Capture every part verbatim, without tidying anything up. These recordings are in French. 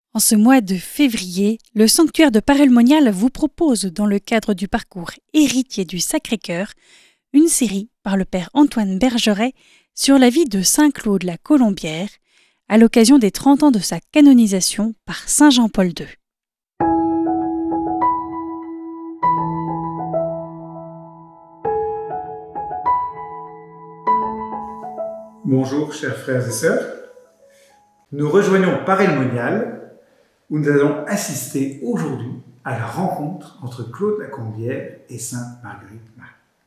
En ce mois de février, le sanctuaire de Paray-le-Monial vous propose, dans le cadre du parcours Héritier du Sacré-Cœur, une série par le père Antoine Bergeret sur la vie de saint Claude la Colombière, à l'occasion des trente ans de sa canonisation par saint Jean-Paul deux. Bonjour chers frères et sœurs, nous rejoignons Paray-le-Monial où nous allons assister aujourd'hui à la rencontre entre Claude la Colombière et sainte Marguerite Marie.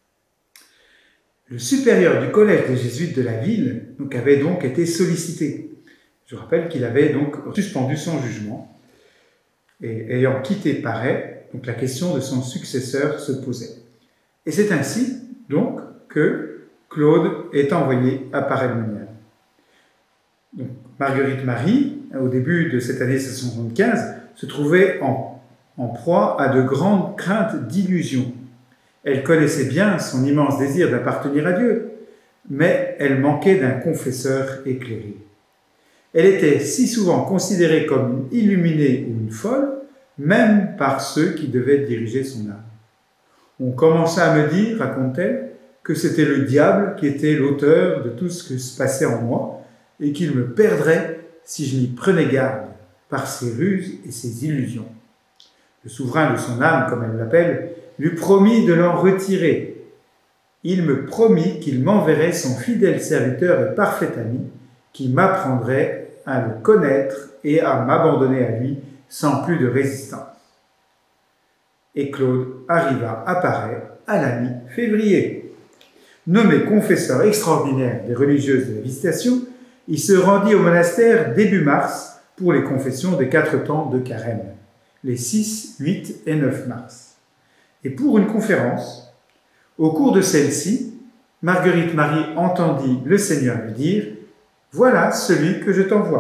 Le supérieur du collège des jésuites de la ville donc, avait donc été sollicité. Je rappelle qu'il avait donc suspendu son jugement et ayant quitté Paray, donc la question de son successeur se posait. Et c'est ainsi donc que Claude est envoyé à Paray-le-Monial. Donc, Marguerite Marie, au début de cette année sept cent soixante-quinze, se trouvait en, en proie à de grandes craintes d'illusion. Elle connaissait bien son immense désir d'appartenir à Dieu, mais elle manquait d'un confesseur éclairé. Elle était si souvent considérée comme une illuminée ou une folle, même par ceux qui devaient diriger son âme. On commença à me dire, raconte-t-elle, que c'était le diable qui était l'auteur de tout ce qui se passait en moi et qu'il me perdrait si je n'y prenais garde par ses ruses et ses illusions. Le souverain de son âme, comme elle l'appelle, lui promit de l'en retirer. Il me promit qu'il m'enverrait son fidèle serviteur et parfait ami qui m'apprendrait à le connaître et à m'abandonner à lui sans plus de résistance. Et Claude arriva à Paray à la mi-février. Nommé confesseur extraordinaire des religieuses de la Visitation, il se rendit au monastère début mars pour les confessions des quatre temps de Carême, les six, huit et neuf mars. Et pour une conférence, au cours de celle-ci, Marguerite Marie entendit le Seigneur lui dire « Voilà celui que je t'envoie ».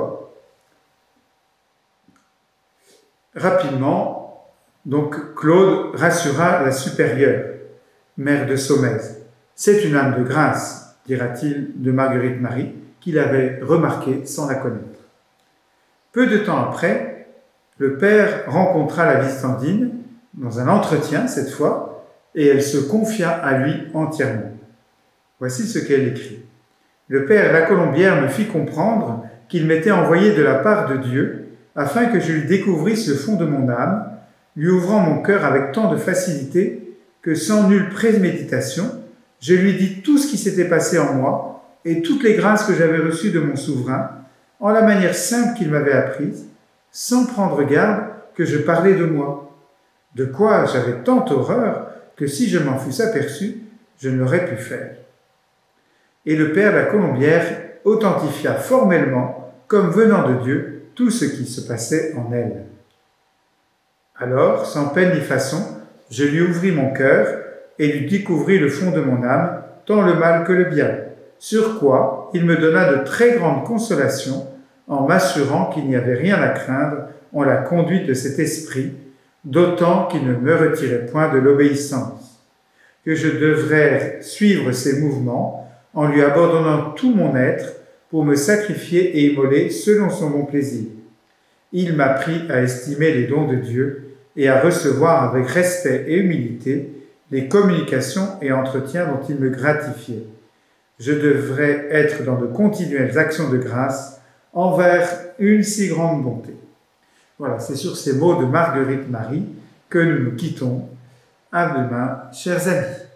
Rapidement, donc, Claude rassura la supérieure, mère de Saumaise. « C'est une âme de grâce », dira-t-il de Marguerite Marie, qu'il avait remarqué sans la connaître. Peu de temps après, le père rencontra la Visitandine, dans un entretien cette fois, et elle se confia à lui entièrement. Voici ce qu'elle écrit. « Le père la Colombière me fit comprendre qu'il m'était envoyé de la part de Dieu, afin que je lui découvrisse le fond de mon âme, lui ouvrant mon cœur avec tant de facilité que sans nulle préméditation, je lui dis tout ce qui s'était passé en moi et toutes les grâces que j'avais reçues de mon souverain, en la manière simple qu'il m'avait apprise, sans prendre garde que je parlais de moi, de quoi j'avais tant horreur que si je m'en fusse aperçu, je n'aurais pu faire. » Et le père la Colombière authentifia formellement, comme venant de Dieu, tout ce qui se passait en elle. Alors, sans peine ni façon, je lui ouvris mon cœur et lui découvris le fond de mon âme, tant le mal que le bien, sur quoi il me donna de très grandes consolations en m'assurant qu'il n'y avait rien à craindre en la conduite de cet esprit, d'autant qu'il ne me retirait point de l'obéissance, que je devrais suivre ses mouvements en lui abandonnant tout mon être pour me sacrifier et immoler selon son bon plaisir. Il m'apprit à estimer les dons de Dieu et à recevoir avec respect et humilité les communications et entretiens dont il me gratifiait. Je devrais être dans de continuelles actions de grâce envers une si grande bonté. Voilà, c'est sur ces mots de Marguerite Marie que nous nous quittons. À demain, chers amis.